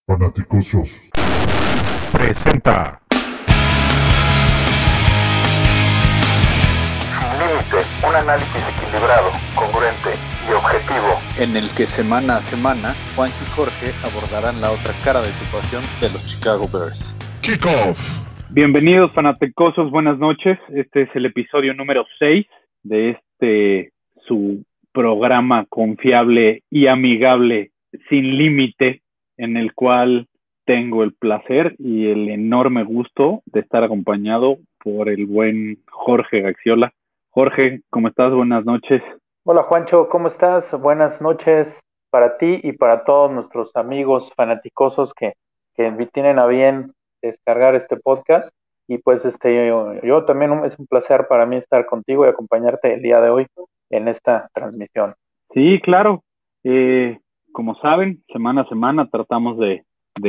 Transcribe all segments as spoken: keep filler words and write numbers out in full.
Fanaticosos presenta Sin Límite, un análisis equilibrado, congruente y objetivo, en el que semana a semana Juan y Jorge abordarán la otra cara de situación de los Chicago Bears. Kickoff. Bienvenidos fanaticosos, buenas noches. Este es el episodio número seis de este su programa confiable y amigable Sin Límite, en el cual tengo el placer y el enorme gusto de estar acompañado por el buen Jorge Gaxiola. Jorge, ¿cómo estás? Buenas noches. Hola Juancho, ¿cómo estás? Buenas noches para ti y para todos nuestros amigos fanaticosos que, que tienen a bien descargar este podcast. Y pues este yo, yo también un, es un placer para mí estar contigo y acompañarte el día de hoy en esta transmisión. Sí, claro. Eh, como saben, semana a semana tratamos de,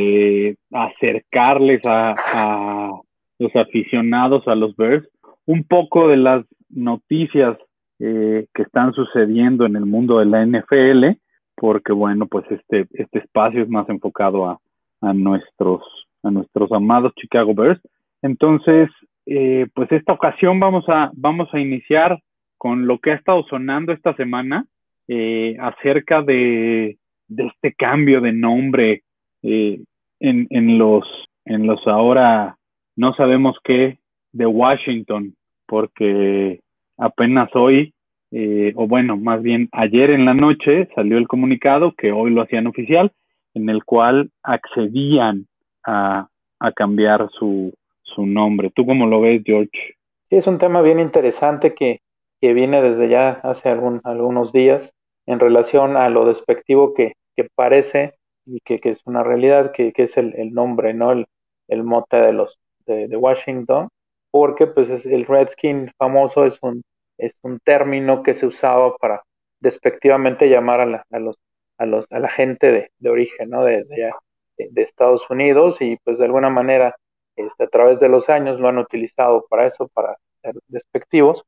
de acercarles a, a los aficionados a los Bears un poco de las noticias eh, que están sucediendo en el mundo de la N F L, porque bueno, pues este, este espacio es más enfocado a, a nuestros a nuestros amados Chicago Bears. Entonces, eh, pues esta ocasión vamos a vamos a iniciar con lo que ha estado sonando esta semana eh, acerca de, de este cambio de nombre eh, en, en los en los ahora no sabemos qué de Washington, porque apenas hoy, eh, o bueno, más bien ayer en la noche salió el comunicado que hoy lo hacían oficial, en el cual accedían a, a cambiar su, su nombre. ¿Tú cómo lo ves, George? Sí, es un tema bien interesante que, que viene desde ya hace algún, algunos días en relación a lo despectivo que, que parece y que, que es una realidad, que, que es el, el nombre, ¿no? El, el mote de los de, de Washington, porque pues es el Redskin famoso es un, es un término que se usaba para despectivamente llamar a, la, a, los, a, los, a la gente de, de origen, ¿no? De, de, de Estados Unidos, y pues de alguna manera este, a través de los años lo han utilizado para eso, para ser despectivos,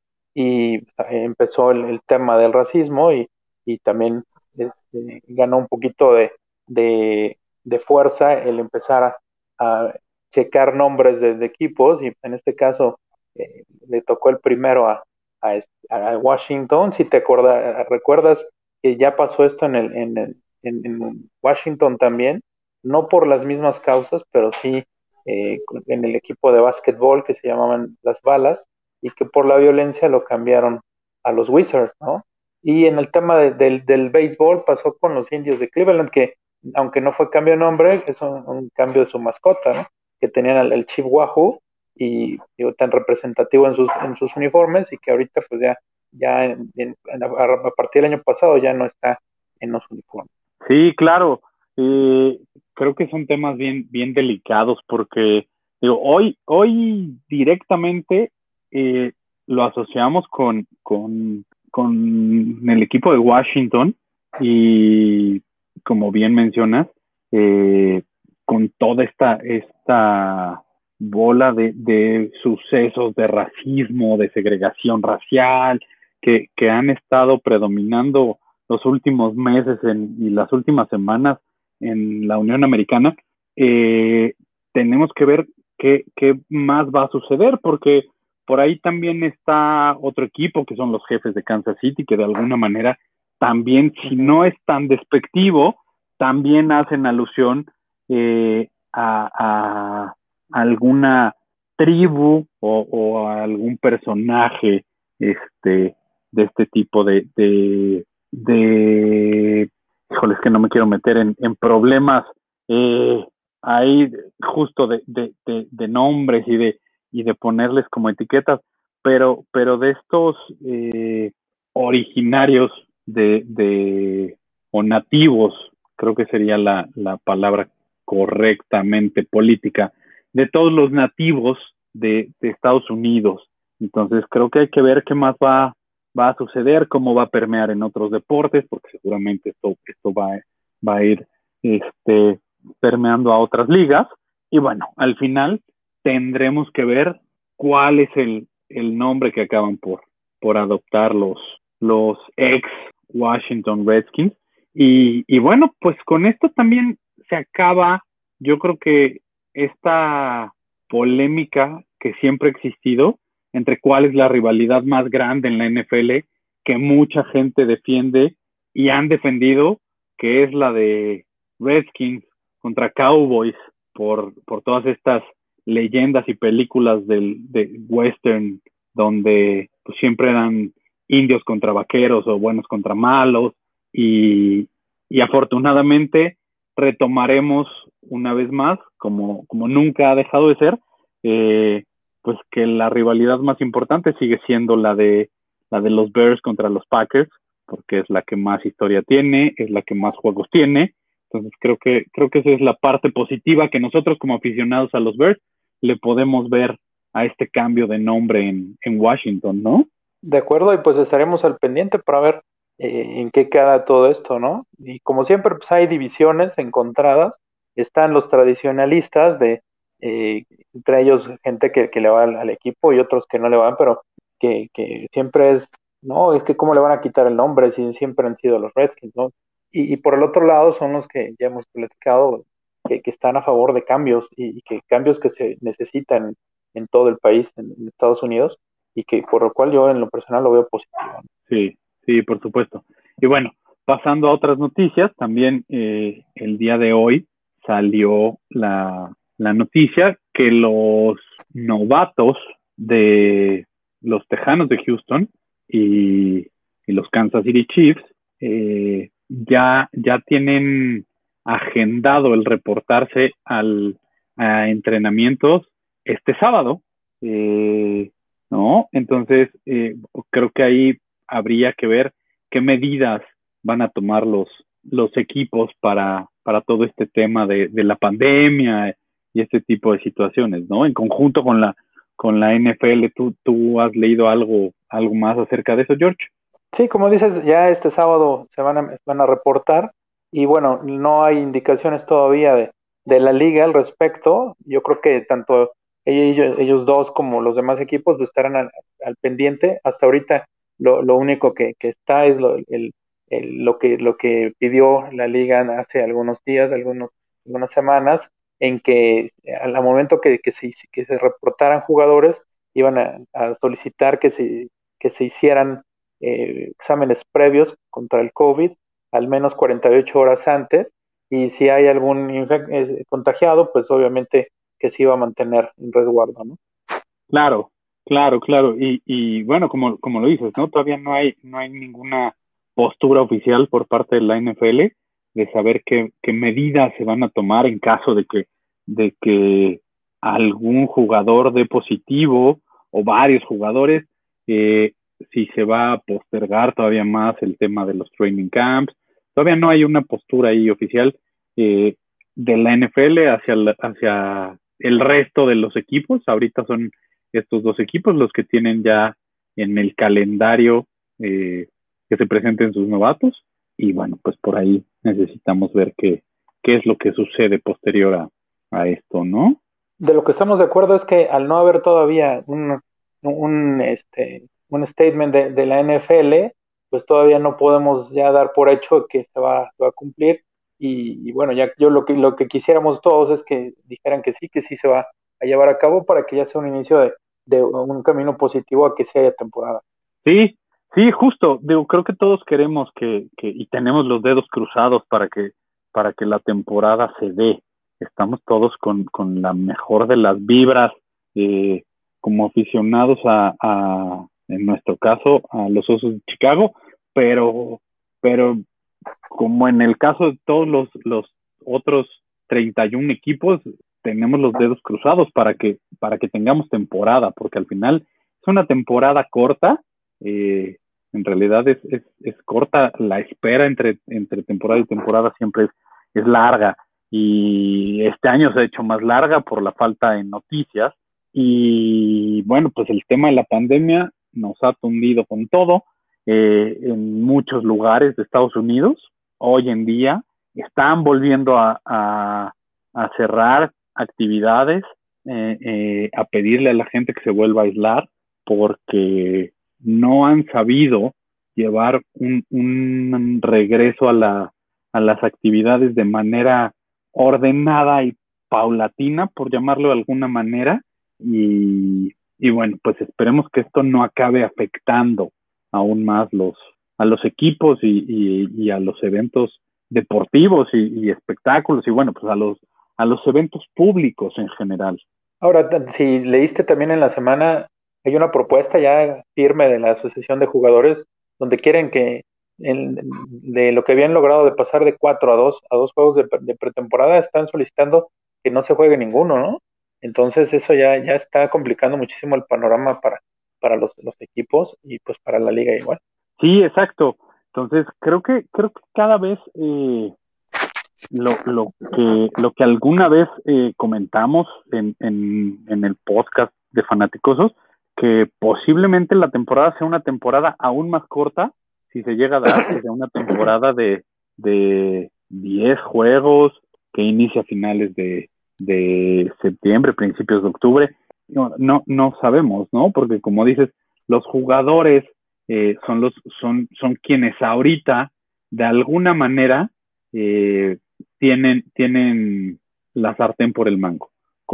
y empezó el, el tema del racismo y, y también este, ganó un poquito de, de, de fuerza el empezar a, a checar nombres de, de, equipos, y en este caso eh, le tocó el primero a, a, a Washington. Si te acuerdas, recuerdas que ya pasó esto en, el, en, el, en, en Washington también, no por las mismas causas, pero sí eh, en el equipo de básquetbol que se llamaban las Balas, y que por la violencia lo cambiaron a los Wizards, ¿no? Y en el tema de, del, del béisbol pasó con los Indios de Cleveland, que aunque no fue cambio de nombre, es un, un cambio de su mascota, ¿no? Que tenían el, el Chief Wahoo, y digo, tan representativo en sus, en sus uniformes, y que ahorita pues ya, ya en, en, a partir del año pasado ya no está en los uniformes. Sí, claro. Eh, creo que son temas bien, bien delicados porque digo, hoy, hoy directamente eh, lo asociamos con, con, con el equipo de Washington y como bien mencionas, eh, con toda esta, esta bola de, de sucesos de racismo, de segregación racial, que, que han estado predominando los últimos meses en, y las últimas semanas en la Unión Americana, eh, tenemos que ver qué, qué más va a suceder, porque por ahí también está otro equipo que son los Jefes de Kansas City, que de alguna manera también, si no es tan despectivo, también hacen alusión eh, a, a alguna tribu o, o a algún personaje este, de este tipo de, de, de híjole, es que no me quiero meter en, en problemas eh, ahí justo de, de, de, de nombres y de, y de ponerles como etiquetas, pero, pero de estos eh, originarios de, de o nativos, creo que sería la, la palabra correctamente política, de todos los nativos de, de Estados Unidos. Entonces creo que hay que ver qué más va, va a suceder, cómo va a permear en otros deportes, porque seguramente esto, esto va, va a ir este, permeando a otras ligas. Y bueno, al final tendremos que ver cuál es el, el nombre que acaban por, por adoptar los, los ex Washington Redskins. Y, y bueno, pues con esto también se acaba yo creo que esta polémica que siempre ha existido entre cuál es la rivalidad más grande en la N F L, que mucha gente defiende y han defendido, que es la de Redskins contra Cowboys, por, por todas estas leyendas y películas del, de western, donde pues, siempre eran indios contra vaqueros o buenos contra malos, y, y afortunadamente retomaremos una vez más, como, como nunca ha dejado de ser, eh, pues que la rivalidad más importante sigue siendo la de, la de los Bears contra los Packers, porque es la que más historia tiene, es la que más juegos tiene. Entonces creo que, creo que esa es la parte positiva que nosotros como aficionados a los Bears le podemos ver a este cambio de nombre en, en Washington, ¿no? De acuerdo, y pues estaremos al pendiente para ver eh, en qué queda todo esto, ¿no? Y como siempre, pues hay divisiones encontradas. Están los tradicionalistas de, eh, entre ellos gente que, que le va al, al equipo y otros que no le van, pero que, que siempre es, no, es que cómo le van a quitar el nombre si siempre han sido los Redskins, ¿no? Y, y por el otro lado son los que ya hemos platicado, que, que están a favor de cambios y, y que cambios que se necesitan en todo el país, en, en Estados Unidos, y que por lo cual yo en lo personal lo veo positivo. Sí, sí, por supuesto. Y bueno, pasando a otras noticias, también eh, el día de hoy salió la, la noticia que los novatos de los Tejanos de Houston y, y los Kansas City Chiefs eh, ya, ya tienen agendado el reportarse al, a entrenamientos este sábado. Eh, ¿no? Entonces, eh, creo que ahí habría que ver qué medidas van a tomar los, los equipos para, para todo este tema de, de la pandemia y este tipo de situaciones, ¿no? En conjunto con la, con la N F L, ¿tú, tú has leído algo, algo más acerca de eso, George? Sí, como dices, ya este sábado se van a, van a reportar y bueno, no hay indicaciones todavía de, de la liga al respecto. Yo creo que tanto ellos, ellos dos como los demás equipos estarán al, al pendiente. Hasta ahorita lo, lo único que, que está es lo, el, el, lo, que, lo que pidió la liga hace algunos días, algunos, algunas semanas, en que al momento que, que, se, que se reportaran jugadores, iban a, a solicitar que se, que se hicieran eh, exámenes previos contra el COVID, al menos cuarenta y ocho horas antes, y si hay algún eh, contagiado, pues obviamente que se iba a mantener en resguardo, ¿no? Claro, claro, claro. Y, y bueno, como, como lo dices, ¿no? Todavía no hay, no hay ninguna postura oficial por parte de la N F L de saber qué, qué medidas se van a tomar en caso de que, de que algún jugador dé positivo o varios jugadores, eh, si se va a postergar todavía más el tema de los training camps. Todavía no hay una postura ahí oficial eh, de la N F L hacia, la, hacia el resto de los equipos. Ahorita son estos dos equipos los que tienen ya en el calendario eh, que se presenten sus novatos, y bueno, pues por ahí necesitamos ver qué, qué es lo que sucede posterior a, a esto, ¿no? De lo que estamos de acuerdo es que al no haber todavía un, un, este, un statement de, de la N F L, pues todavía no podemos ya dar por hecho que se va, se va a cumplir. Y, y bueno, ya yo lo que, lo que quisiéramos todos es que dijeran que sí, que sí se va a llevar a cabo para que ya sea un inicio de, de un camino positivo a que se haya temporada. Sí, sí, justo. Digo, creo que todos queremos que, que y tenemos los dedos cruzados para que, para que la temporada se dé. Estamos todos con, con la mejor de las vibras, eh, como aficionados a, a, en nuestro caso, a los Osos de Chicago, pero, pero como en el caso de todos los, los otros treinta y uno equipos, tenemos los dedos cruzados para que, para que tengamos temporada, porque al final es una temporada corta. Eh, en realidad es, es, es corta la espera entre, entre temporada y temporada, siempre es, es larga, y este año se ha hecho más larga por la falta de noticias, y bueno, pues el tema de la pandemia nos ha tundido con todo. Eh, en muchos lugares de Estados Unidos hoy en día están volviendo a, a, a cerrar actividades, eh, eh, a pedirle a la gente que se vuelva a aislar, porque no han sabido llevar un, un regreso a, la, a las actividades de manera ordenada y paulatina, por llamarlo de alguna manera, y, y bueno, pues esperemos que esto no acabe afectando aún más los, a los equipos y, y, y a los eventos deportivos y, y espectáculos, y bueno, pues a los, a los eventos públicos en general. Ahora, si leíste también en la semana, hay una propuesta ya firme de la Asociación de Jugadores donde quieren que en, de lo que habían logrado de pasar de cuatro a dos a dos juegos de, de pretemporada, están solicitando que no se juegue ninguno, ¿no? Entonces eso ya, ya está complicando muchísimo el panorama para, para los, los equipos y pues para la liga igual. Sí, exacto. Entonces creo que creo que cada vez eh, lo, lo que lo que alguna vez eh, comentamos en, en, en el podcast de Fanaticosos, que posiblemente la temporada sea una temporada aún más corta, si se llega a dar, que sea una temporada de, de diez juegos, que inicia a finales de, de septiembre, principios de octubre. No, no, no sabemos, ¿no? Porque como dices, los jugadores eh, son los son, son quienes ahorita, de alguna manera, eh, tienen, tienen la sartén por el mango.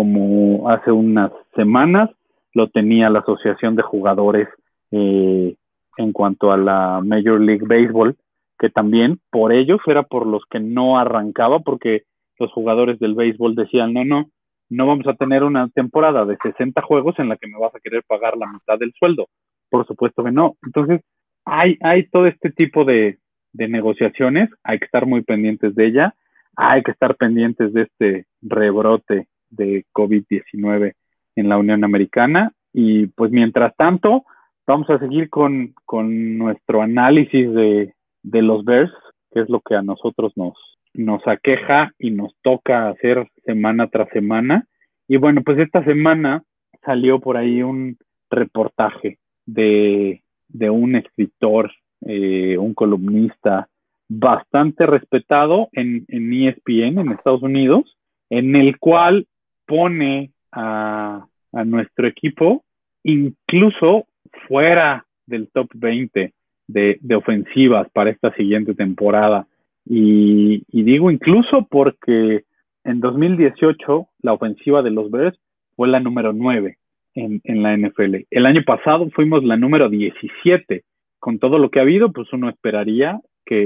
Como hace unas semanas lo tenía la Asociación de Jugadores eh, en cuanto a la Major League Baseball, que también por ellos era por los que no arrancaba, porque los jugadores del béisbol decían, no, no, no vamos a tener una temporada de sesenta juegos en la que me vas a querer pagar la mitad del sueldo. Por supuesto que no. Entonces, hay, hay todo este tipo de, de negociaciones, hay que estar muy pendientes de ella, hay que estar pendientes de este rebrote de COVID diecinueve en la Unión Americana, y pues mientras tanto vamos a seguir con, con nuestro análisis de, de los Bears, que es lo que a nosotros nos, nos aqueja y nos toca hacer semana tras semana. Y bueno, pues esta semana salió por ahí un reportaje de, de un escritor, eh, un columnista bastante respetado en, en E S P N en Estados Unidos, en el cual pone a, a nuestro equipo incluso fuera del top veinte de, de ofensivas para esta siguiente temporada. Y, y digo incluso porque en dos mil dieciocho la ofensiva de los Bears fue la número nueve en, en la N F L. El año pasado fuimos la número diecisiete. Con todo lo que ha habido, pues uno esperaría que,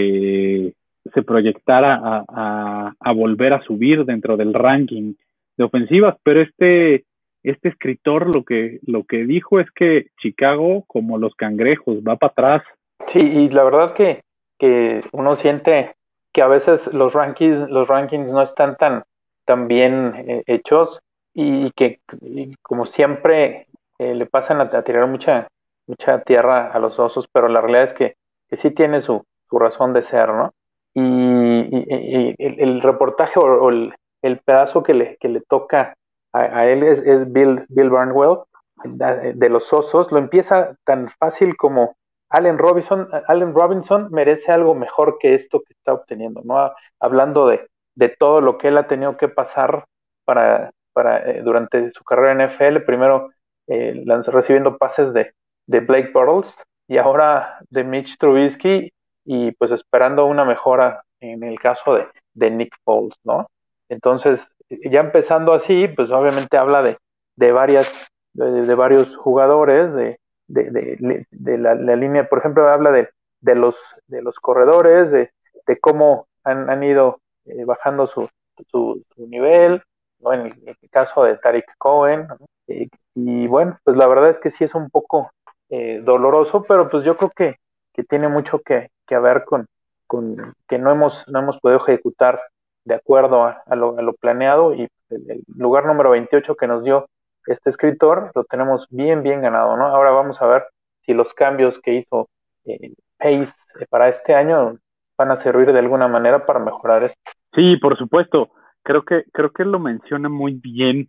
que se proyectara a, a, a volver a subir dentro del ranking de ofensivas, pero este, este escritor lo que, lo que dijo es que Chicago, como los cangrejos, va para atrás. Sí, y la verdad que, que uno siente que a veces los rankings, los rankings no están tan, tan bien eh, hechos, y que y como siempre eh, le pasan a, a tirar mucha, mucha tierra a los osos, pero la realidad es que, que sí tiene su, su razón de ser, ¿no? Y, y, y el, el reportaje o, o el, el pedazo que le, que le toca a, a él es, es Bill, Bill Barnwell, de, de los osos. Lo empieza tan fácil como Allen Robinson, Allen Robinson merece algo mejor que esto que está obteniendo, ¿no? Hablando de, de todo lo que él ha tenido que pasar para, para eh, durante su carrera en N F L, primero eh, recibiendo pases de, de Blake Bortles y ahora de Mitch Trubisky, y pues esperando una mejora en el caso de, de Nick Foles, ¿no? Entonces, ya empezando así, pues obviamente habla de, de varias, de, de varios jugadores, de De, de, de la, la línea, por ejemplo, habla de, de, los, de los corredores, de, de cómo han, han ido eh, bajando su, su, su nivel, ¿no? En el, en el caso de Tariq Cohen, ¿no? eh, y bueno, pues la verdad es que sí es un poco eh, doloroso, pero pues yo creo que, que tiene mucho que, que ver con, con que no hemos, no hemos podido ejecutar de acuerdo a, a, lo, a lo planeado, y el, el lugar número veintiocho que nos dio este escritor lo tenemos bien, bien ganado, ¿no? Ahora vamos a ver si los cambios que hizo eh, Pace para este año van a servir de alguna manera para mejorar esto. Sí, por supuesto. Creo que, creo que lo menciona muy bien.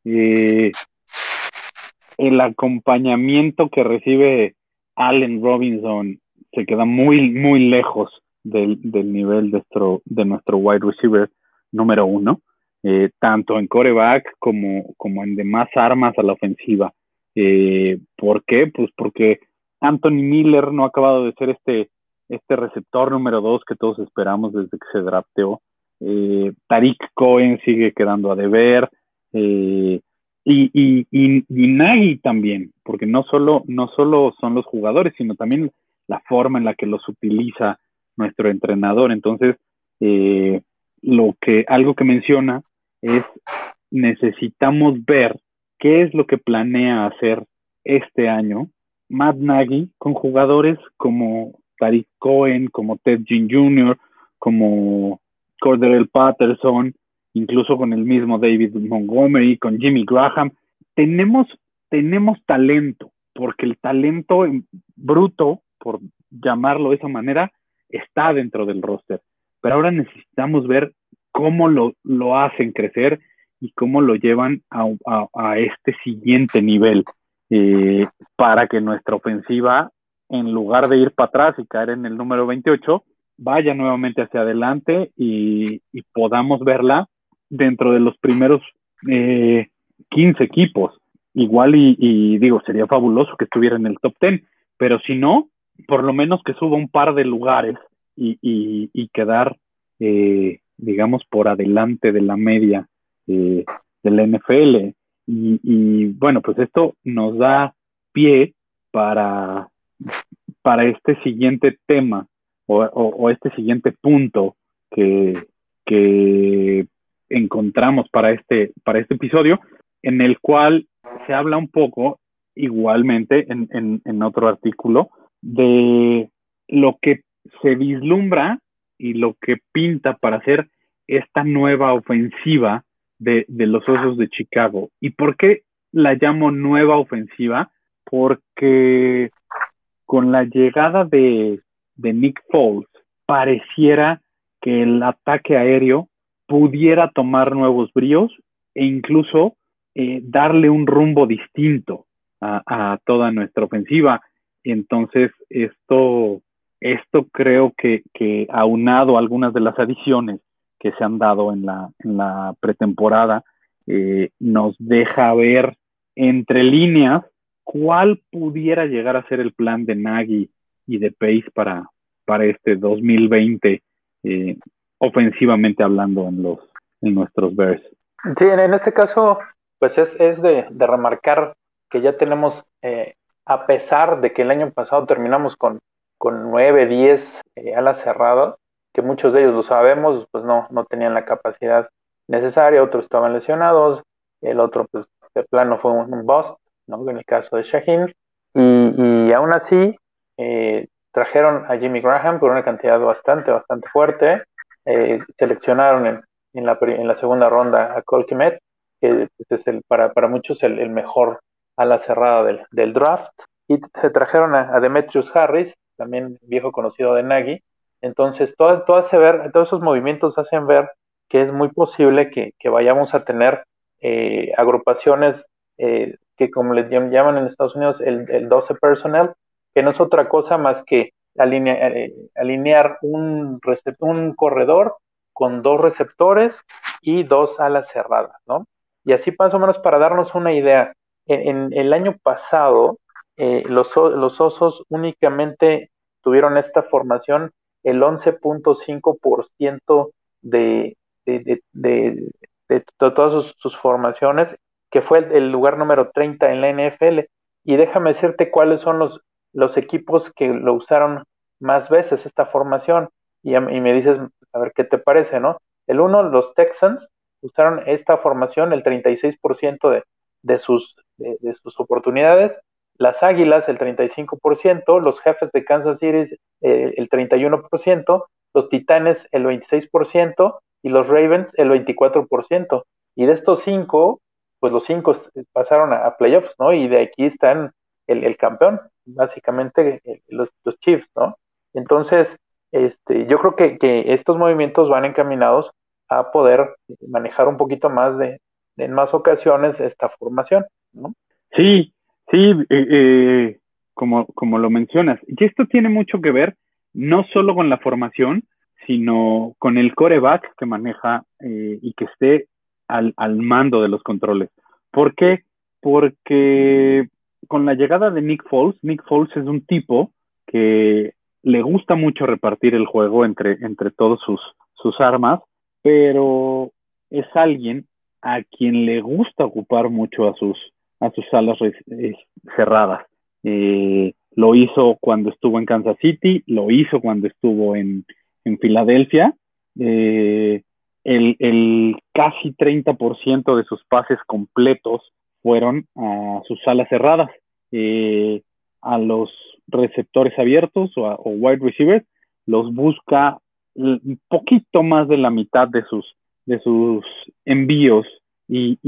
Eh, el acompañamiento que recibe Allen Robinson se queda muy, muy lejos del, del nivel de nuestro, de nuestro wide receiver número uno. Eh, tanto en quarterback como, como en demás armas a la ofensiva. Eh, ¿Por qué? Pues porque Anthony Miller no ha acabado de ser este, este receptor número dos que todos esperamos desde que se drafteó. eh, Tariq Cohen sigue quedando a deber, eh, y, y, y, y Nagy también, porque no solo, no solo son los jugadores, sino también la forma en la que los utiliza nuestro entrenador. Entonces, eh, lo que, algo que menciona es necesitamos ver qué es lo que planea hacer este año Matt Nagy con jugadores como Tariq Cohen, como Ted Ginn junior, como Cordarrelle Patterson, incluso con el mismo David Montgomery, con Jimmy Graham. Tenemos, tenemos talento, porque el talento bruto, por llamarlo de esa manera, está dentro del roster. Pero ahora necesitamos ver cómo lo, lo hacen crecer y cómo lo llevan a, a, a este siguiente nivel, eh, para que nuestra ofensiva, en lugar de ir para atrás y caer en el número veintiocho, vaya nuevamente hacia adelante y, y podamos verla dentro de los primeros eh, quince equipos. Igual y, y digo, sería fabuloso que estuviera en el top diez, pero si no, por lo menos que suba un par de lugares y, y, y quedar, eh, digamos, por adelante de la media eh, de la N F L. Y, y bueno, pues esto nos da pie para, para este siguiente tema o, o, o este siguiente punto que, que encontramos para este, para este episodio, en el cual se habla un poco, igualmente en, en, en otro artículo, de lo que se vislumbra y lo que pinta para hacer esta nueva ofensiva de, de los Osos de Chicago. ¿Y por qué la llamo nueva ofensiva? Porque con la llegada de, de Nick Foles, pareciera que el ataque aéreo pudiera tomar nuevos bríos e incluso eh, darle un rumbo distinto a, a toda nuestra ofensiva. Entonces, esto, esto creo que, que aunado a algunas de las adiciones que se han dado en la, en la pretemporada, eh, nos deja ver entre líneas cuál pudiera llegar a ser el plan de Nagy y de Pace para, para este dos mil veinte, eh, ofensivamente hablando en los en nuestros Bears. Sí, en este caso, pues es, es de, de remarcar que ya tenemos, eh, a pesar de que el año pasado terminamos con, con nueve, diez eh, alas cerradas, que muchos de ellos lo sabemos, pues no, no tenían la capacidad necesaria, otros estaban lesionados, el otro pues de plano fue un, un bust, ¿no? En el caso de Shaheen, y, y aún así eh, trajeron a Jimmy Graham por una cantidad bastante, bastante fuerte, eh, seleccionaron en, en, la, en la segunda ronda a Cole Kmet, que es el, para, para muchos el, el mejor ala cerrada del, del draft, y se trajeron a, a Demetrius Harris, también viejo conocido de Nagy. Entonces, todo, todo hace ver, todos esos movimientos hacen ver que es muy posible que, que vayamos a tener eh, agrupaciones eh, que, como les llaman en Estados Unidos, el, el doce personnel, que no es otra cosa más que alinear, eh, alinear un, un corredor con dos receptores y dos alas cerradas, ¿no? Y así más o menos para darnos una idea, en, en el año pasado eh, los, los Osos únicamente tuvieron esta formación el once punto cinco por ciento de, de, de, de, de, de todas sus, sus formaciones, que fue el, el lugar número treinta en la N F L. Y déjame decirte cuáles son los, los equipos que lo usaron más veces esta formación. Y, y me dices, a ver qué te parece, ¿no? El uno, los Texans, usaron esta formación el treinta y seis por ciento de, de, sus, de, de sus oportunidades. Las Águilas el treinta y cinco por ciento, los Jefes de Kansas City eh, el treinta y uno por ciento, los Titanes el veintiséis por ciento y los Ravens el veinticuatro por ciento. Y de estos cinco, pues los cinco pasaron a, a playoffs, ¿no? Y de aquí están el, el campeón, básicamente eh, los, los Chiefs, ¿no? Entonces, este, yo creo que, que estos movimientos van encaminados a poder manejar un poquito más de, de en más ocasiones esta formación, ¿no? Sí, sí, eh, eh, como, como lo mencionas. Y esto tiene mucho que ver no solo con la formación, sino con el quarterback que maneja eh, y que esté al, al mando de los controles. ¿Por qué? Porque con la llegada de Nick Foles, Nick Foles es un tipo que le gusta mucho repartir el juego entre, entre todos sus, sus armas, pero es alguien a quien le gusta ocupar mucho a sus, a sus alas eh, cerradas. Eh, lo hizo cuando estuvo en Kansas City, lo hizo cuando estuvo en, en Filadelfia. Eh, el, el casi treinta por ciento de sus pases completos fueron a sus alas cerradas. Eh, a los receptores abiertos o, a, o wide receivers los busca un poquito más de la mitad de sus, de sus envíos y,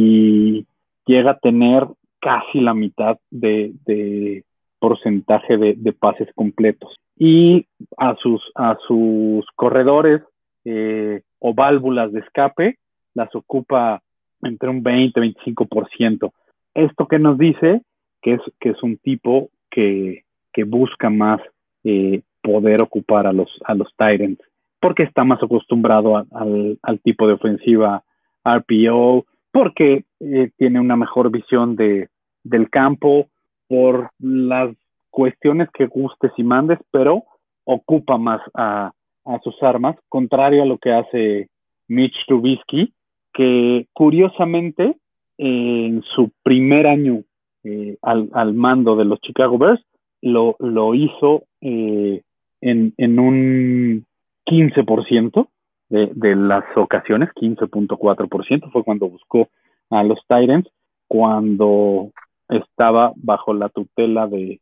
y llega a tener casi la mitad de, de porcentaje de, de pases completos. Y a sus, a sus corredores eh, o válvulas de escape las ocupa entre un veinte a veinticinco por ciento. ¿Esto qué nos dice? Que es, que es un tipo que, que busca más eh, poder ocupar a los, a los tight ends, porque está más acostumbrado a, al, al tipo de ofensiva R P O, porque eh, tiene una mejor visión de, del campo, por las cuestiones que gustes y mandes, pero ocupa más a, a sus armas, contrario a lo que hace Mitch Trubisky, que curiosamente eh, en su primer año eh, al, al mando de los Chicago Bears lo, lo hizo eh, en, en un quince por ciento de, de las ocasiones, quince punto cuatro por ciento fue cuando buscó a los Titans, cuando estaba bajo la tutela de,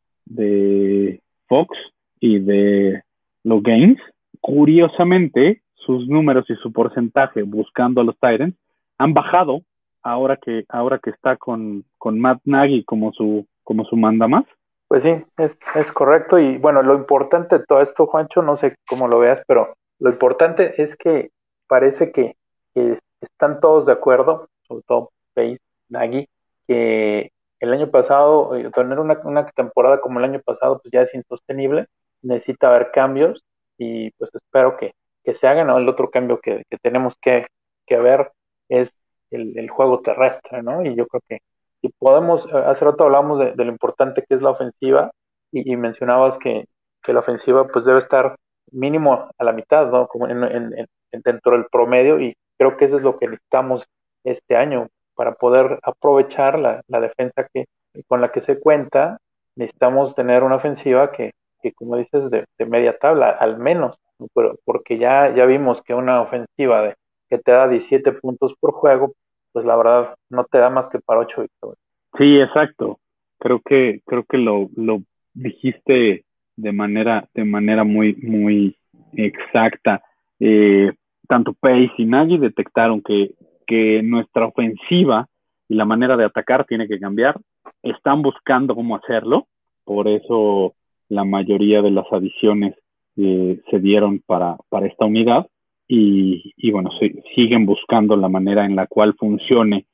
de Fox y de los Gaines. Curiosamente, sus números y su porcentaje buscando a los Titans han bajado ahora que ahora que está con, con Matt Nagy como su como su mandamás. Pues sí, es, es correcto. Y bueno, lo importante de todo esto, Juancho, no sé cómo lo veas, pero lo importante es que parece que, que están todos de acuerdo, sobre todo Pace, Nagy, que el año pasado, tener una, una temporada como el año pasado, pues ya es insostenible, necesita haber cambios y pues espero que, que se hagan, ¿no? El otro cambio que, que tenemos que, que ver es el, el juego terrestre, ¿no? Y yo creo que si podemos, hace rato hablamos de, de lo importante que es la ofensiva y, y mencionabas que, que la ofensiva pues debe estar mínimo a la mitad, ¿no? Como en, en, en, dentro del promedio, y creo que eso es lo que necesitamos este año para poder aprovechar la, la defensa que, con la que se cuenta. Necesitamos tener una ofensiva que, que como dices, de, de media tabla, al menos, ¿no? Pero, porque ya, ya vimos que una ofensiva de, que te da diecisiete puntos por juego, pues la verdad no te da más que para ocho victorias. Sí, exacto. Creo que creo que lo, lo dijiste de manera de manera muy muy exacta. Eh, tanto Pace y Nagy detectaron que que nuestra ofensiva y la manera de atacar tiene que cambiar. Están buscando cómo hacerlo, por eso la mayoría de las adiciones eh, se dieron para para esta unidad. Y, y bueno, sí, siguen buscando la manera en la cual funcione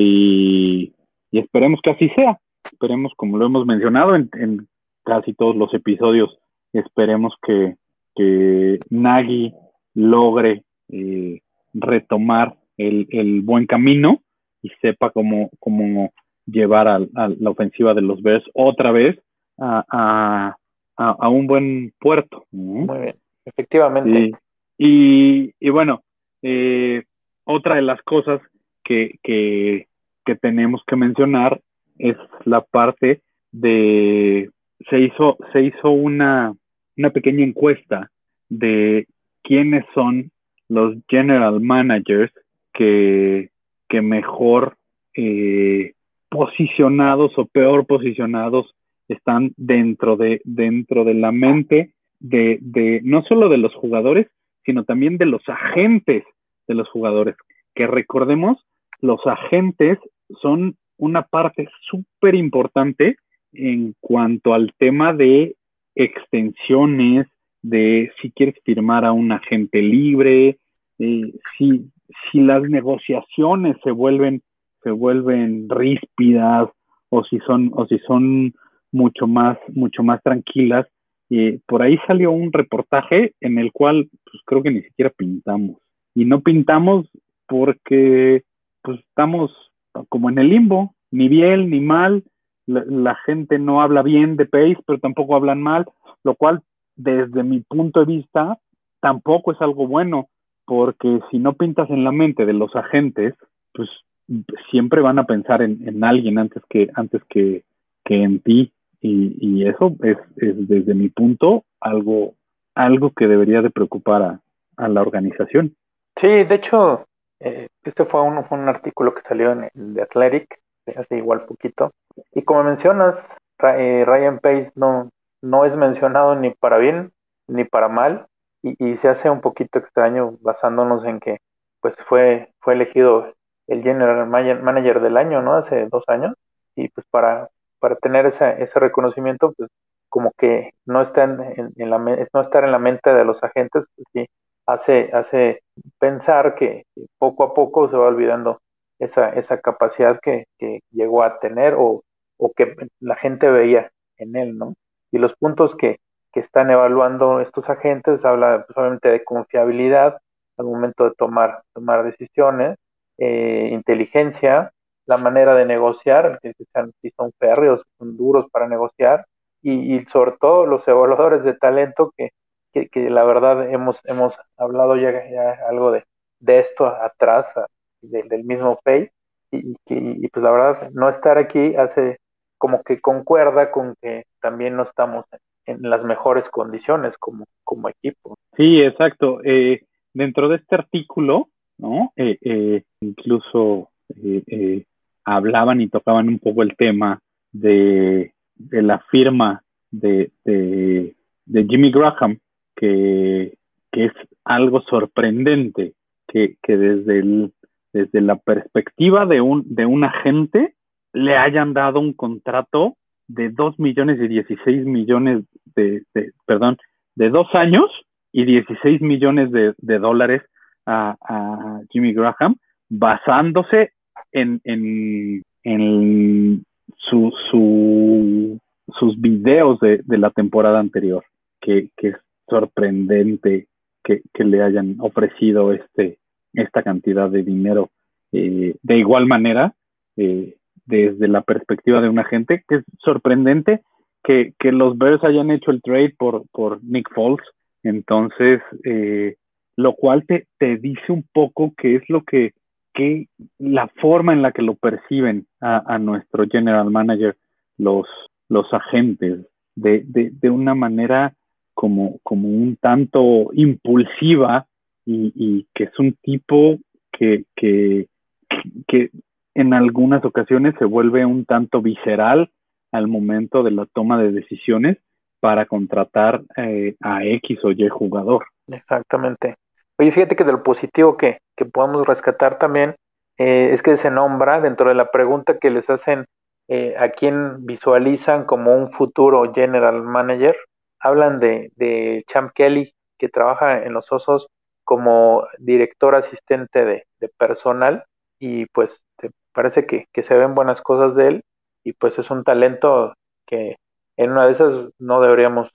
y, y esperemos que así sea. Esperemos, como lo hemos mencionado en, en casi todos los episodios, esperemos que, que Nagy logre eh, retomar el, el buen camino y sepa cómo, cómo llevar a, a la ofensiva de los Bears otra vez a, a, a, a un buen puerto, ¿no? Muy bien, efectivamente. Sí. Y, y bueno, eh, otra de las cosas que, que, que tenemos que mencionar es la parte de, se hizo, se hizo una, una pequeña encuesta de quiénes son los general managers que, que mejor eh, posicionados o peor posicionados están dentro de, dentro de la mente de, de no solo de los jugadores, sino también de los agentes de los jugadores. Que recordemos, los agentes son una parte súper importante en cuanto al tema de extensiones, de si quieres firmar a un agente libre, eh, si, si las negociaciones se vuelven, se vuelven ríspidas, o si son, o si son mucho más, mucho más tranquilas. Eh, por ahí salió un reportaje en el cual pues, creo que ni siquiera pintamos. Y no pintamos porque pues, estamos como en el limbo, ni bien ni mal. La, la gente no habla bien de Pace, pero tampoco hablan mal, lo cual desde mi punto de vista tampoco es algo bueno, porque si no pintas en la mente de los agentes, pues siempre van a pensar en, en alguien antes que antes que, que en ti, y, y eso es, es desde mi punto algo algo que debería de preocupar a, a la organización. Sí, de hecho, eh, este fue un, fue un artículo que salió en el The Athletic hace igual poquito, y como mencionas, Ra- eh, Ryan Pace no, no es mencionado ni para bien ni para mal, y, y se hace un poquito extraño basándonos en que pues fue, fue elegido el General Manager Manager del año, ¿no? Hace dos años, y pues para, para tener esa, ese reconocimiento, pues como que no está en, en- en la, me- no estar en la mente de los agentes, pues sí, hace, hace pensar que poco a poco se va olvidando esa, esa capacidad que, que llegó a tener, o, o que la gente veía en él, ¿no? Y los puntos que, que están evaluando estos agentes habla, pues, obviamente, de confiabilidad al momento de tomar, tomar decisiones, eh, inteligencia, la manera de negociar, que sean, si son férreos, si son duros para negociar, y, y sobre todo los evaluadores de talento que, que, que la verdad hemos, hemos hablado ya, ya algo de, de esto atrás, a- de- del mismo Face, y, y, y pues la verdad no estar aquí hace como que concuerda con que también no estamos en, en las mejores condiciones como, como equipo. Sí, exacto. Eh, dentro de este artículo, ¿no? Eh, eh, incluso eh, eh, hablaban y tocaban un poco el tema de, de la firma de, de, de Jimmy Graham, que, que es algo sorprendente, que, que desde, el, desde la perspectiva de un, de un agente le hayan dado un contrato de dos millones y dieciséis millones de, de perdón, de dos años y dieciséis millones de, de dólares a, a Jimmy Graham, basándose en, en, en su, su, sus videos de, de la temporada anterior, que, que es sorprendente que, que le hayan ofrecido este, esta cantidad de dinero. Eh, de igual manera, eh, desde la perspectiva de un agente, que es sorprendente que, que los Bears hayan hecho el trade por, por Nick Foles. Entonces, eh, lo cual te, te dice un poco qué es lo que, que la forma en la que lo perciben a, a nuestro general manager los, los agentes, de, de, de una manera como, como un tanto impulsiva, y, y que es un tipo que, que, que en algunas ocasiones se vuelve un tanto visceral al momento de la toma de decisiones para contratar eh, a X o Y jugador. Exactamente. Oye, fíjate que de lo positivo que, que podemos rescatar también, eh, es que se nombra dentro de la pregunta que les hacen, eh, a quién visualizan como un futuro general manager. Hablan de, de Champ Kelly, que trabaja en los Osos como director asistente de, de personal, y pues te parece que, que se ven buenas cosas de él, y pues es un talento que en una de esas no deberíamos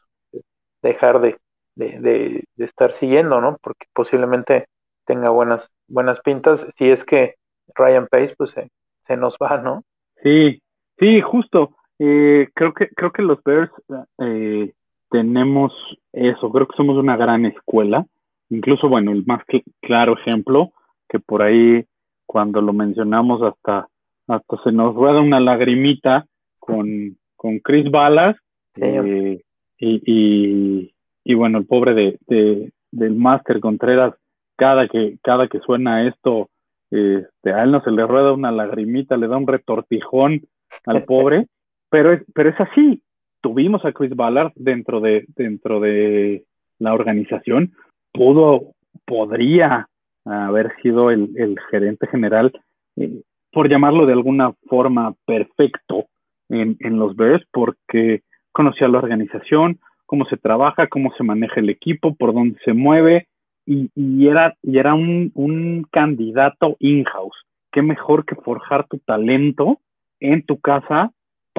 dejar de, de, de, de estar siguiendo, ¿no? Porque posiblemente tenga buenas, buenas pintas, si es que Ryan Pace pues se, se nos va, ¿no? Sí, sí, justo. Eh, creo que creo que los Bears eh, tenemos eso. Creo que somos una gran escuela. Incluso, bueno, el más cl- claro ejemplo, que por ahí cuando lo mencionamos hasta hasta se nos rueda una lagrimita con, con Chris Ballas, Sí, eh, y, y, y bueno, el pobre de, de del Máster Contreras, cada que cada que suena esto, este, a él no se le rueda una lagrimita, le da un retortijón al pobre, pero es, pero es así. Tuvimos a Chris Ballard dentro de, dentro de la organización, pudo, podría haber sido el, el gerente general, eh, por llamarlo de alguna forma, perfecto en, en los Bears, porque conocía la organización, cómo se trabaja, cómo se maneja el equipo, por dónde se mueve, y, y era, y era un, un candidato in-house. Qué mejor que forjar tu talento en tu casa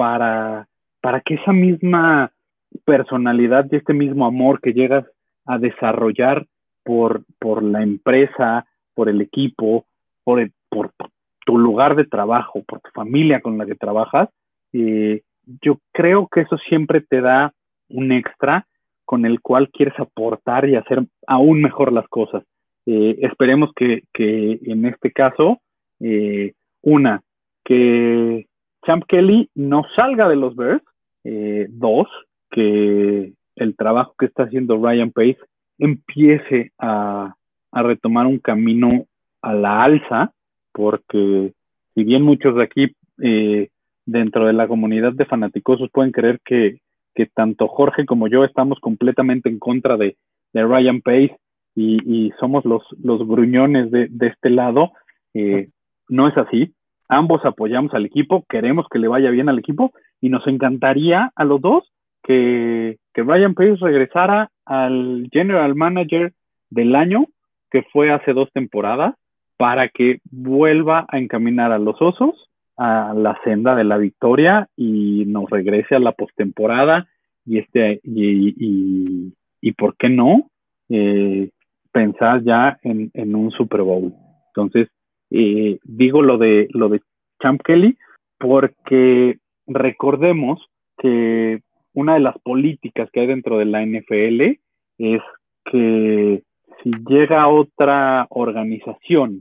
para, para que esa misma personalidad y este mismo amor que llegas a desarrollar por, por la empresa, por el equipo, por, el, por tu lugar de trabajo, por tu familia con la que trabajas, eh, yo creo que eso siempre te da un extra con el cual quieres aportar y hacer aún mejor las cosas. Eh, esperemos que, que en este caso, eh, una, que Champ Kelly no salga de los Bears. Eh, dos, que el trabajo que está haciendo Ryan Pace empiece a, a retomar un camino a la alza, porque si bien muchos de aquí eh, dentro de la comunidad de fanaticosos pueden creer que, que tanto Jorge como yo estamos completamente en contra de, de Ryan Pace y, y somos los, los gruñones de, de este lado, eh, no es así. Ambos apoyamos al equipo, queremos que le vaya bien al equipo y nos encantaría a los dos que, que Ryan Pace regresara al General Manager del año, que fue hace dos temporadas, para que vuelva a encaminar a los Osos a la senda de la victoria y nos regrese a la postemporada y este y, y, y por qué no eh, pensar ya en, en un Super Bowl. Entonces eh, digo lo de lo de Champ Kelly porque recordemos que una de las políticas que hay dentro de la N F L es que si llega otra organización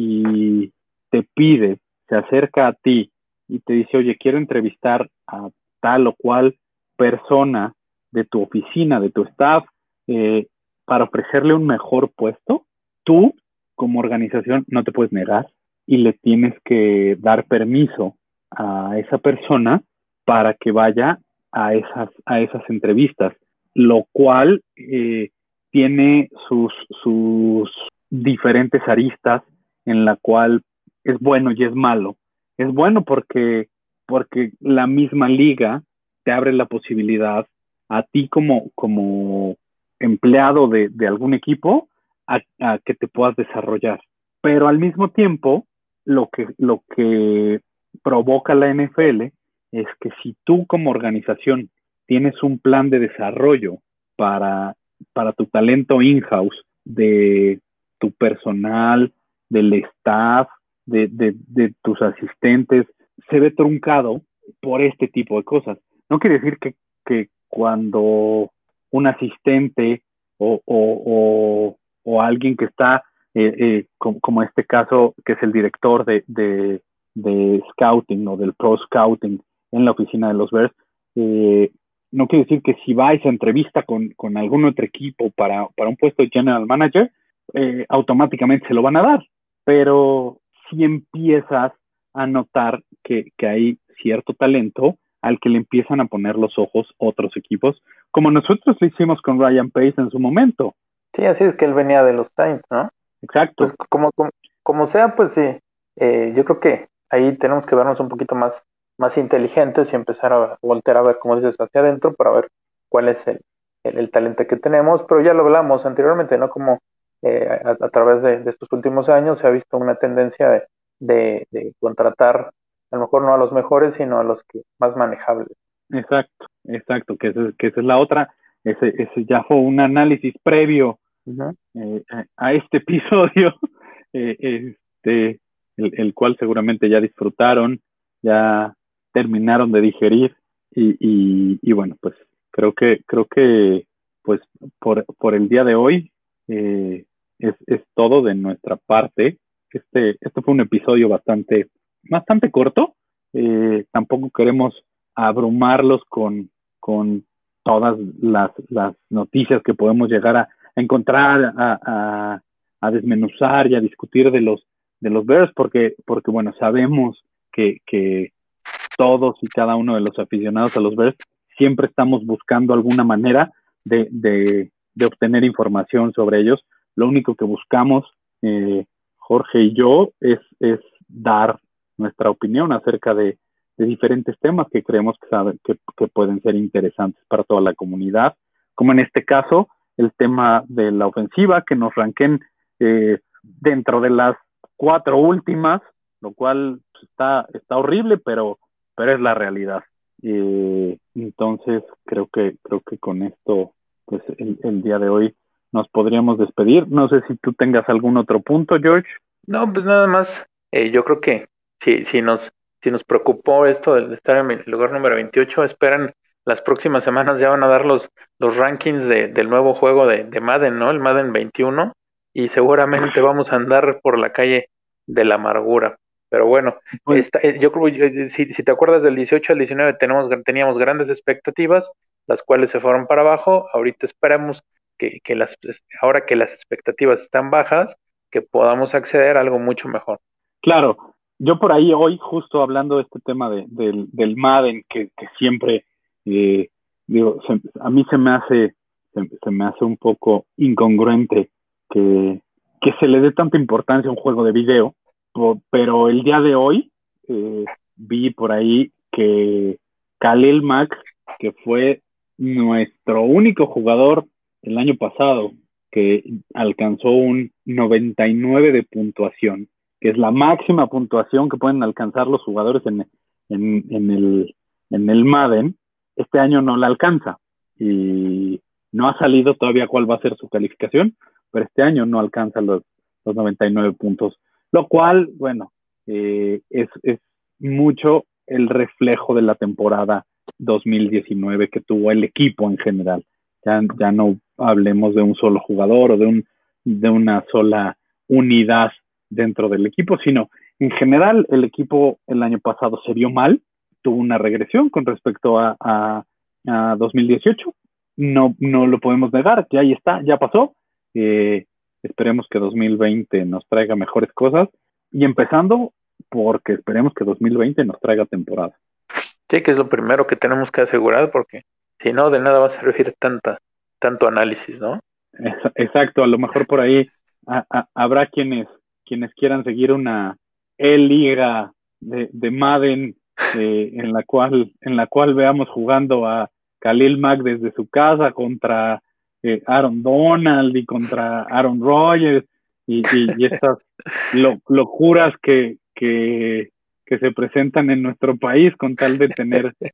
y te pide, se acerca a ti y te dice, oye, quiero entrevistar a tal o cual persona de tu oficina, de tu staff, eh, para ofrecerle un mejor puesto, tú como organización no te puedes negar y le tienes que dar permiso a esa persona para que vaya a esas, a esas entrevistas, lo cual eh, tiene sus, sus diferentes aristas en la cual es bueno y es malo. Es bueno porque, porque la misma liga te abre la posibilidad a ti como, como empleado de, de algún equipo a, a que te puedas desarrollar. Pero al mismo tiempo, lo que, lo que provoca la N F L es que si tú como organización tienes un plan de desarrollo para, para tu talento in-house, de tu personal, del staff, de, de, de tus asistentes, se ve truncado por este tipo de cosas. No quiere decir que, que cuando un asistente o, o, o, o alguien que está, eh, eh, como, como este caso, que es el director de, de, de scouting o del pro scouting en la oficina de los Bears, eh, no quiere decir que si va a esa entrevista con, con algún otro equipo para, para un puesto de general manager, eh, automáticamente se lo van a dar. Pero si empiezas a notar que, que hay cierto talento al que le empiezan a poner los ojos otros equipos, como nosotros lo hicimos con Ryan Pace en su momento. Sí, así es que él venía de los Saints, ¿no? Exacto. Pues como, como, como sea, pues sí, eh, yo creo que ahí tenemos que vernos un poquito más, más inteligentes y empezar a voltear a ver, como dices, hacia adentro para ver cuál es el, el, el talento que tenemos, pero ya lo hablamos anteriormente, ¿no? Como eh, a, a través de, de estos últimos años se ha visto una tendencia de, de, de contratar a lo mejor no a los mejores, sino a los que más manejables. Exacto, exacto, que, ese, que esa es la otra, ese, ese ya fue un análisis previo uh-huh. eh, a, a este episodio, eh, este, el, el cual seguramente ya disfrutaron, ya terminaron de digerir y, y, y bueno, pues creo que creo que pues por, por el día de hoy eh, es, es todo de nuestra parte. Este, este fue un episodio bastante, bastante corto, eh, tampoco queremos abrumarlos con, con todas las, las noticias que podemos llegar a, a encontrar, a, a, a desmenuzar y a discutir de los, de los Bears, porque, porque bueno, sabemos que, que todos y cada uno de los aficionados a los Bears siempre estamos buscando alguna manera de, de, de obtener información sobre ellos. Lo único que buscamos, eh, Jorge y yo, es, es dar nuestra opinión acerca de, de diferentes temas que creemos que, sabe, que, que pueden ser interesantes para toda la comunidad, como en este caso el tema de la ofensiva, que nos ranquen eh, dentro de las cuatro últimas, lo cual está, está horrible, pero, pero es la realidad. Eh, entonces creo que, creo que con esto pues el, el día de hoy nos podríamos despedir. No sé si tú tengas algún otro punto, George. No, pues nada más, eh, yo creo que si, si nos si nos preocupó esto de estar en el lugar número veintiocho, esperan las próximas semanas ya van a dar los, los rankings de, del nuevo juego de, de Madden, ¿no? El Madden veintiuno, y seguramente vamos a andar por la calle de la amargura. Pero bueno, Pues, esta, eh, yo creo, yo- si, si te acuerdas del dieciocho al diecinueve tenemos, teníamos grandes expectativas, las cuales se fueron para abajo. Ahorita esperamos que, que las, ahora que las expectativas están bajas, que podamos acceder a algo mucho mejor. claro, yo por ahí hoy, justo hablando de este tema de, del, del Madden, que, que siempre, eh, digo, se- a mí se me hace, se, se me hace un poco incongruente que, que se le dé tanta importancia a un juego de video, po- pero el día de hoy eh, vi por ahí que Khalil Mack, que fue nuestro único jugador el año pasado, que alcanzó un noventa y nueve de puntuación, que es la máxima puntuación que pueden alcanzar los jugadores en, en, en, el, en el Madden, este año no la alcanza. Y no ha salido todavía cuál va a ser su calificación, pero este año no alcanza los, los noventa y nueve puntos, lo cual, bueno, eh, es, es mucho el reflejo de la temporada dos mil diecinueve que tuvo el equipo en general. Ya, ya no hablemos de un solo jugador o de, un, de una sola unidad dentro del equipo, sino en general el equipo el año pasado se vio mal, tuvo una regresión con respecto a, a, a dos mil dieciocho, no, no lo podemos negar, que ahí está, ya pasó, eh, esperemos que dos mil veinte nos traiga mejores cosas y empezando porque esperemos que dos mil veinte nos traiga temporada. Sí, que es lo primero que tenemos que asegurar, porque si no, de nada va a servir tanta, tanto análisis, ¿no? Exacto, a lo mejor por ahí a, a, habrá quienes, quienes quieran seguir una E-Liga de, de Madden eh, en la cual en la cual veamos jugando a Khalil Mack desde su casa contra eh, Aaron Donald y contra Aaron Rodgers y, y, y estas lo, locuras que, que, que se presentan en nuestro país con tal de tener Sí,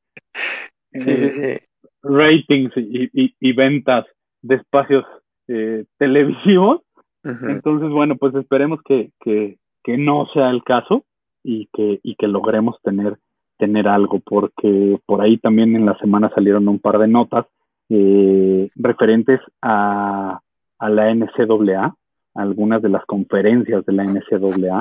sí, eh, sí. ratings y, y, y ventas de espacios eh, televisivos. Ujú. Entonces, bueno, pues esperemos que, que, que no sea el caso y que, y que logremos tener, tener algo, porque por ahí también en la semana salieron un par de notas eh, referentes a, a la N C A A, algunas de las conferencias de la N C A A,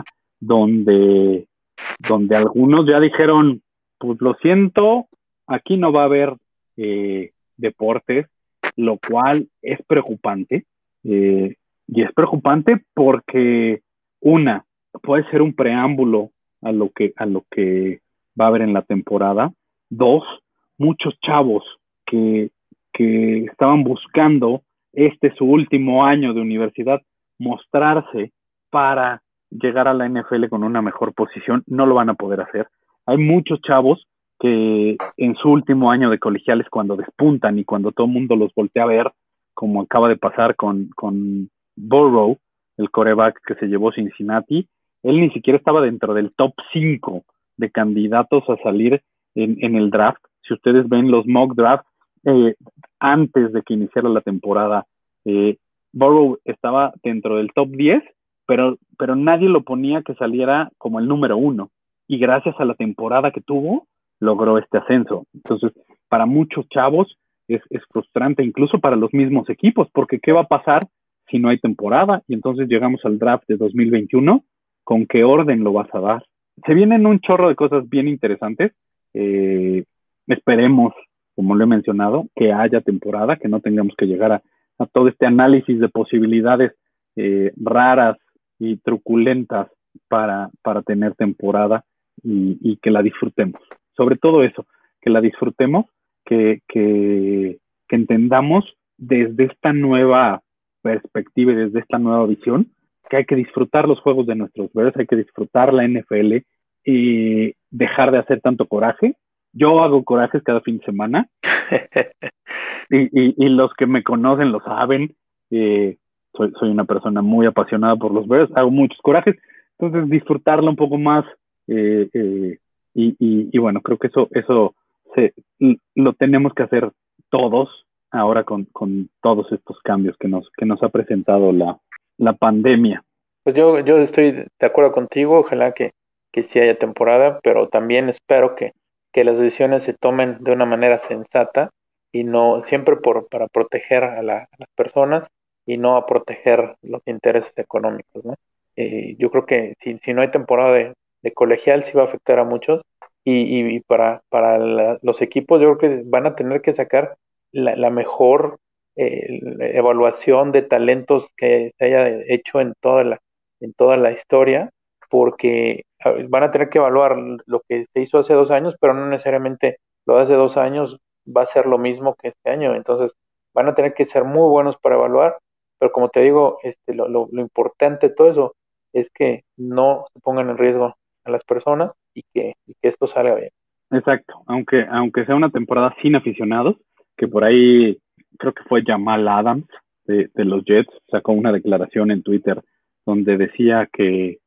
donde, donde algunos ya dijeron, pues lo siento, aquí no va a haber eh, deportes, lo cual es preocupante. Eh, y es preocupante porque, una, puede ser un preámbulo a lo que, a lo que va a haber en la temporada. Dos, muchos chavos que, que estaban buscando este su último año de universidad mostrarse para llegar a la N F L con una mejor posición, no lo van a poder hacer. Hay muchos chavos que en su último año de colegiales, cuando despuntan y cuando todo el mundo los voltea a ver, como acaba de pasar con, con Burrow, el quarterback que se llevó Cincinnati, él ni siquiera estaba dentro del top cinco de candidatos a salir en, en el draft. Si ustedes ven los mock drafts, eh, antes de que iniciara la temporada, eh, Burrow estaba dentro del top diez, pero, pero nadie lo ponía que saliera como el número uno. Y gracias a la temporada que tuvo, logró este ascenso. Entonces, para muchos chavos es, es frustrante, incluso para los mismos equipos, porque ¿qué va a pasar si no hay temporada? Y entonces llegamos al draft de dos mil veintiuno, ¿con qué orden lo vas a dar? Se vienen un chorro de cosas bien interesantes. Eh, esperemos, como lo he mencionado, que haya temporada, que no tengamos que llegar a, a todo este análisis de posibilidades eh, raras y truculentas para, para tener temporada y, y que la disfrutemos. Sobre todo eso, que la disfrutemos, que, que, que entendamos desde esta nueva perspectiva y desde esta nueva visión que hay que disfrutar los juegos de nuestros Bears, hay que disfrutar la N F L y dejar de hacer tanto coraje. Yo hago corajes cada fin de semana y, y, y los que me conocen lo saben. Eh, soy, soy una persona muy apasionada por los Bears, hago muchos corajes, entonces disfrutarlo un poco más eh, eh, y, y, y bueno, creo que eso, eso se, lo tenemos que hacer todos ahora con, con todos estos cambios que nos, que nos ha presentado la, la pandemia. Pues yo, yo estoy de acuerdo contigo, ojalá que, que sí haya temporada, pero también espero que, que las decisiones se tomen de una manera sensata y no siempre por, para proteger a, la, a las personas y no a proteger los intereses económicos, ¿no? Eh, yo creo que si, si no hay temporada de, de colegial, sí va a afectar a muchos, y, y, y para, para la, los equipos yo creo que van a tener que sacar la, la mejor eh, evaluación de talentos que se haya hecho en toda la, en toda la historia, porque van a tener que evaluar lo que se hizo hace dos años, pero no necesariamente lo de hace dos años va a ser lo mismo que este año. Entonces, van a tener que ser muy buenos para evaluar, pero como te digo, este, lo, lo, lo importante de todo eso es que no se pongan en riesgo a las personas y que, y que esto salga bien. Exacto, aunque, aunque sea una temporada sin aficionados, que por ahí creo que fue Jamal Adams de, de los Jets, sacó una declaración en Twitter donde decía que,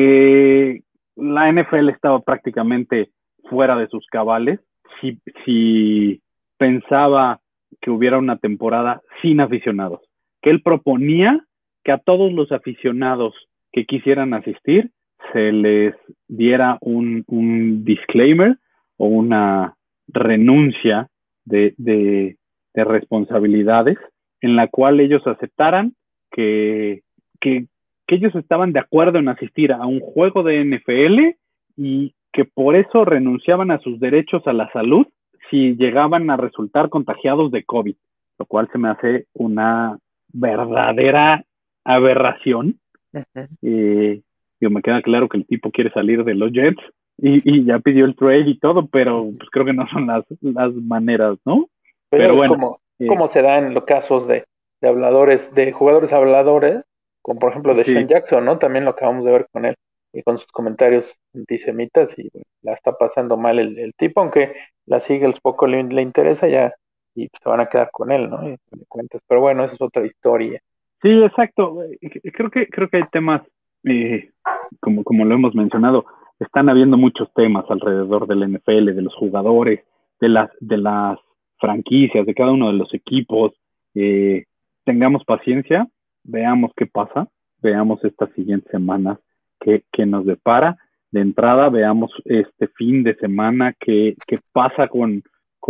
que la N F L estaba prácticamente fuera de sus cabales si, si pensaba que hubiera una temporada sin aficionados, que él proponía que a todos los aficionados que quisieran asistir se les diera un, un disclaimer o una renuncia de, de, de responsabilidades en la cual ellos aceptaran que, que, que ellos estaban de acuerdo en asistir a un juego de N F L y que por eso renunciaban a sus derechos a la salud si llegaban a resultar contagiados de COVID, lo cual se me hace una verdadera aberración. Uh-huh. Eh, yo me queda claro que el tipo quiere salir de los Jets y, y ya pidió el trade y todo, pero pues creo que no son las, las maneras, ¿no? Pero, pero es bueno, como, eh, como se da en los casos de, de habladores, de jugadores habladores, como por ejemplo de sí. Sean Jackson, ¿no? También lo acabamos de ver con él y con sus comentarios antisemitas y bueno, la está pasando mal el, el tipo, aunque las Eagles poco le, le interesa ya y pues, se van a quedar con él, ¿no? Y me cuentas, pero bueno, esa es otra historia. Sí, exacto. Creo que creo que hay temas, eh, como, como lo hemos mencionado, están habiendo muchos temas alrededor del N F L, de los jugadores, de las, de las franquicias, de cada uno de los equipos. Eh, tengamos paciencia, veamos qué pasa, veamos estas siguientes semanas qué, qué nos depara. De entrada, veamos este fin de semana qué, qué pasa con,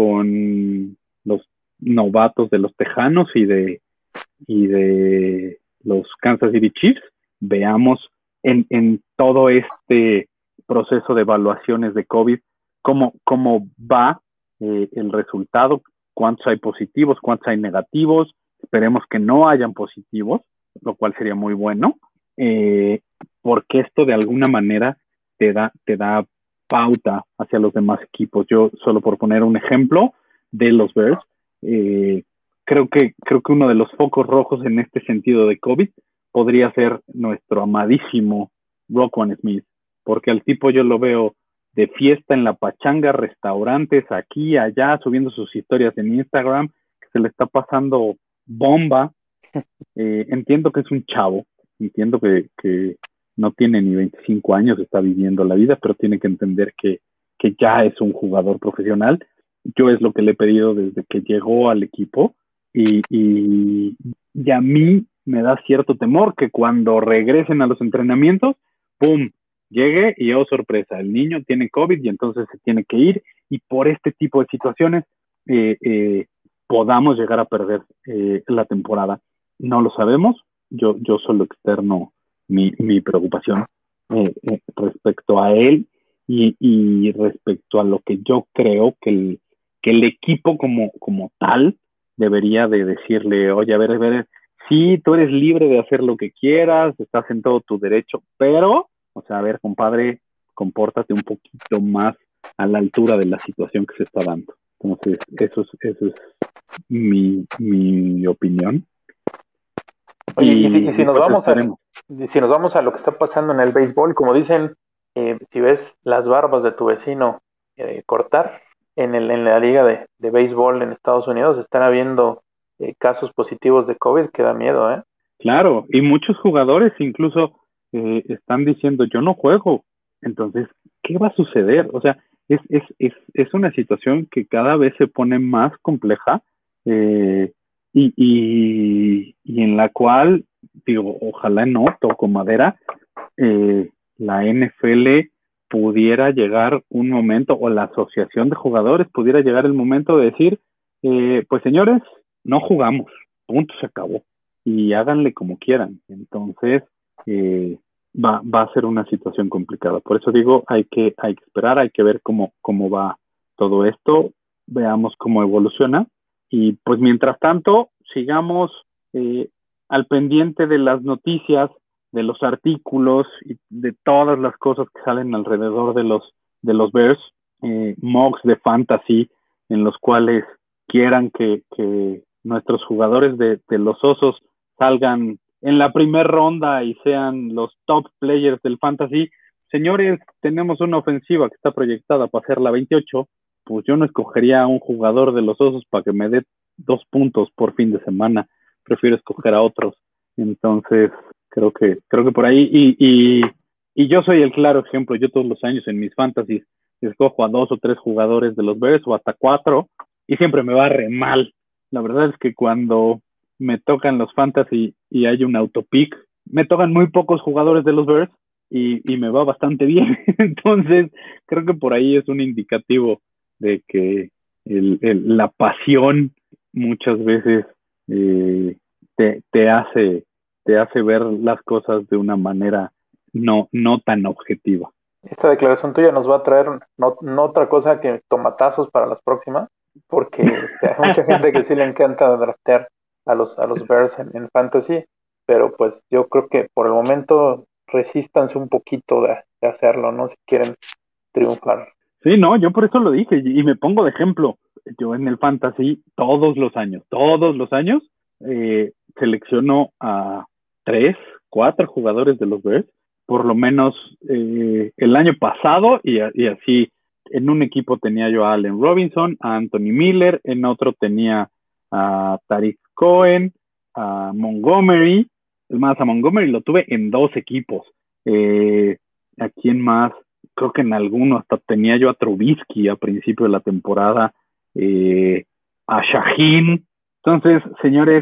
con los novatos de los Tejanos y de y de los Kansas City Chiefs. Veamos en, en todo este proceso de evaluaciones de COVID cómo, cómo va eh, el resultado, cuántos hay positivos, cuántos hay negativos. Esperemos que no hayan positivos, lo cual sería muy bueno, eh, porque esto de alguna manera te da, te da pauta hacia los demás equipos. Yo, solo por poner un ejemplo de los Bears, eh, Creo que, creo que uno de los focos rojos en este sentido de COVID podría ser nuestro amadísimo Roquan Smith, porque al tipo yo lo veo de fiesta en la pachanga, restaurantes aquí, allá, subiendo sus historias en Instagram, que se le está pasando bomba. Eh, entiendo que es un chavo, entiendo que, que no tiene ni veinticinco años, está viviendo la vida, pero tiene que entender que, que ya es un jugador profesional. Yo es lo que le he pedido desde que llegó al equipo. Y, y, y a mí me da cierto temor que cuando regresen a los entrenamientos, ¡pum!, llegue y oh, sorpresa, el niño tiene COVID y entonces se tiene que ir y por este tipo de situaciones eh, eh, podamos llegar a perder eh, la temporada. No lo sabemos, yo, yo solo externo mi, mi preocupación eh, eh, respecto a él y, y respecto a lo que yo creo que el, que el equipo como, como tal debería de decirle, oye, a ver, a ver, sí, tú eres libre de hacer lo que quieras, estás en todo tu derecho, pero, o sea, a ver, compadre, compórtate un poquito más a la altura de la situación que se está dando. Entonces, eso es, eso es mi, mi opinión. Oye, y, y, si, y si, nos pues vamos a, si nos vamos a lo que está pasando en el béisbol, como dicen, eh, si ves las barbas de tu vecino eh, cortar, En, el, en la liga de, de béisbol en Estados Unidos están habiendo eh, casos positivos de COVID que da miedo, ¿eh? Claro, y muchos jugadores incluso eh, están diciendo, yo no juego. Entonces, ¿qué va a suceder? O sea, es, es, es, es una situación que cada vez se pone más compleja eh, y, y, y en la cual, digo, ojalá no, toco madera, eh, la N F L pudiera llegar un momento, o la asociación de jugadores pudiera llegar el momento de decir, eh, pues señores, no jugamos, punto, se acabó. y háganle como quieran. Entonces, eh, va, va a ser una situación complicada. Por eso digo, hay que, hay que esperar, hay que ver cómo, cómo va todo esto, veamos cómo evoluciona. Y pues mientras tanto, sigamos eh, al pendiente de las noticias, de los artículos y de todas las cosas que salen alrededor de los, de los Bears, eh, mocks de fantasy en los cuales quieran que, que nuestros jugadores de, de los Osos salgan en la primera ronda y sean los top players del fantasy. Señores, tenemos una ofensiva que está proyectada para ser la veintiocho, pues yo no escogería a un jugador de los Osos para que me dé dos puntos por fin de semana, prefiero escoger a otros. Entonces, creo que creo que por ahí, y, y, y yo soy el claro ejemplo, yo todos los años en mis fantasies escojo a dos o tres jugadores de los Bears o hasta cuatro, y siempre me va re mal. La verdad es que cuando me tocan los fantasy y hay un autopick, me tocan muy pocos jugadores de los Bears y, y me va bastante bien. Entonces, creo que por ahí es un indicativo de que el, el, la pasión muchas veces eh, te, te hace te hace ver las cosas de una manera no, no tan objetiva. Esta declaración tuya nos va a traer no, no otra cosa que tomatazos para las próximas, porque hay mucha gente que sí le encanta draftear a los, a los Bears en, en fantasy, pero pues yo creo que por el momento resístanse un poquito de, de hacerlo, ¿no? Si quieren triunfar. Sí, no, yo por eso lo dije y, y me pongo de ejemplo. Yo en el fantasy todos los años, todos los años eh, selecciono a tres, cuatro jugadores de los Bears, por lo menos eh, el año pasado, y, y así en un equipo tenía yo a Allen Robinson, a Anthony Miller, en otro tenía a Tariq Cohen, a Montgomery, es más, a Montgomery lo tuve en dos equipos. Eh, ¿A quién más? Creo que en alguno hasta tenía yo a Trubisky a principio de la temporada, eh, a Shaheen. Entonces, señores,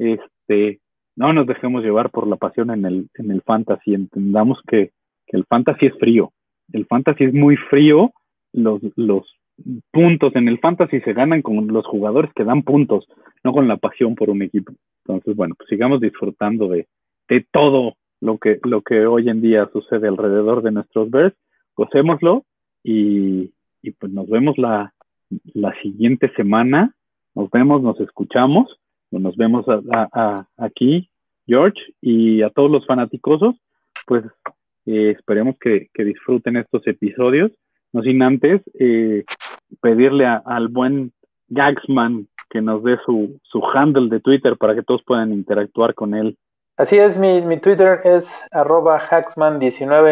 este, no nos dejemos llevar por la pasión en el, en el fantasy. Entendamos que, que el fantasy es frío. El fantasy es muy frío. Los, los puntos en el fantasy se ganan con los jugadores que dan puntos, no con la pasión por un equipo. Entonces, bueno, pues sigamos disfrutando de, de todo lo que, lo que hoy en día sucede alrededor de nuestros Bears. Gocémoslo y, y pues nos vemos la, la siguiente semana. Nos vemos, nos escuchamos. Nos vemos a, a, a aquí, George, y a todos los fanaticosos, pues eh, esperemos que, que disfruten estos episodios. No sin antes eh, pedirle a, al buen Gagsman que nos dé su, su handle de Twitter para que todos puedan interactuar con él. Así es, mi, mi Twitter es arroba hacksman diecinueve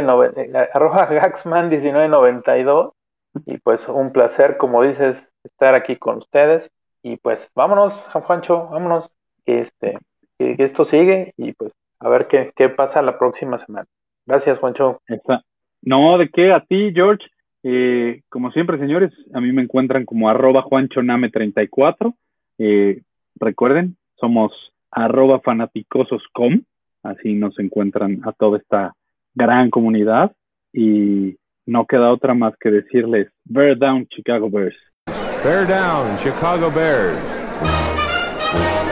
noventa y dos y pues un placer, como dices, estar aquí con ustedes y pues vámonos, Juancho, vámonos, que, este, que, que esto sigue y pues a ver qué, qué pasa la próxima semana. Gracias, Juancho. Esta, no, ¿de qué? A ti, George. Eh, como siempre, señores, a mí me encuentran como arroba juanchoname treinta y cuatro. Eh, recuerden, somos arroba fanaticosos.com, así nos encuentran a toda esta gran comunidad y no queda otra más que decirles Bear down, Chicago Bears. Bear down, Chicago Bears.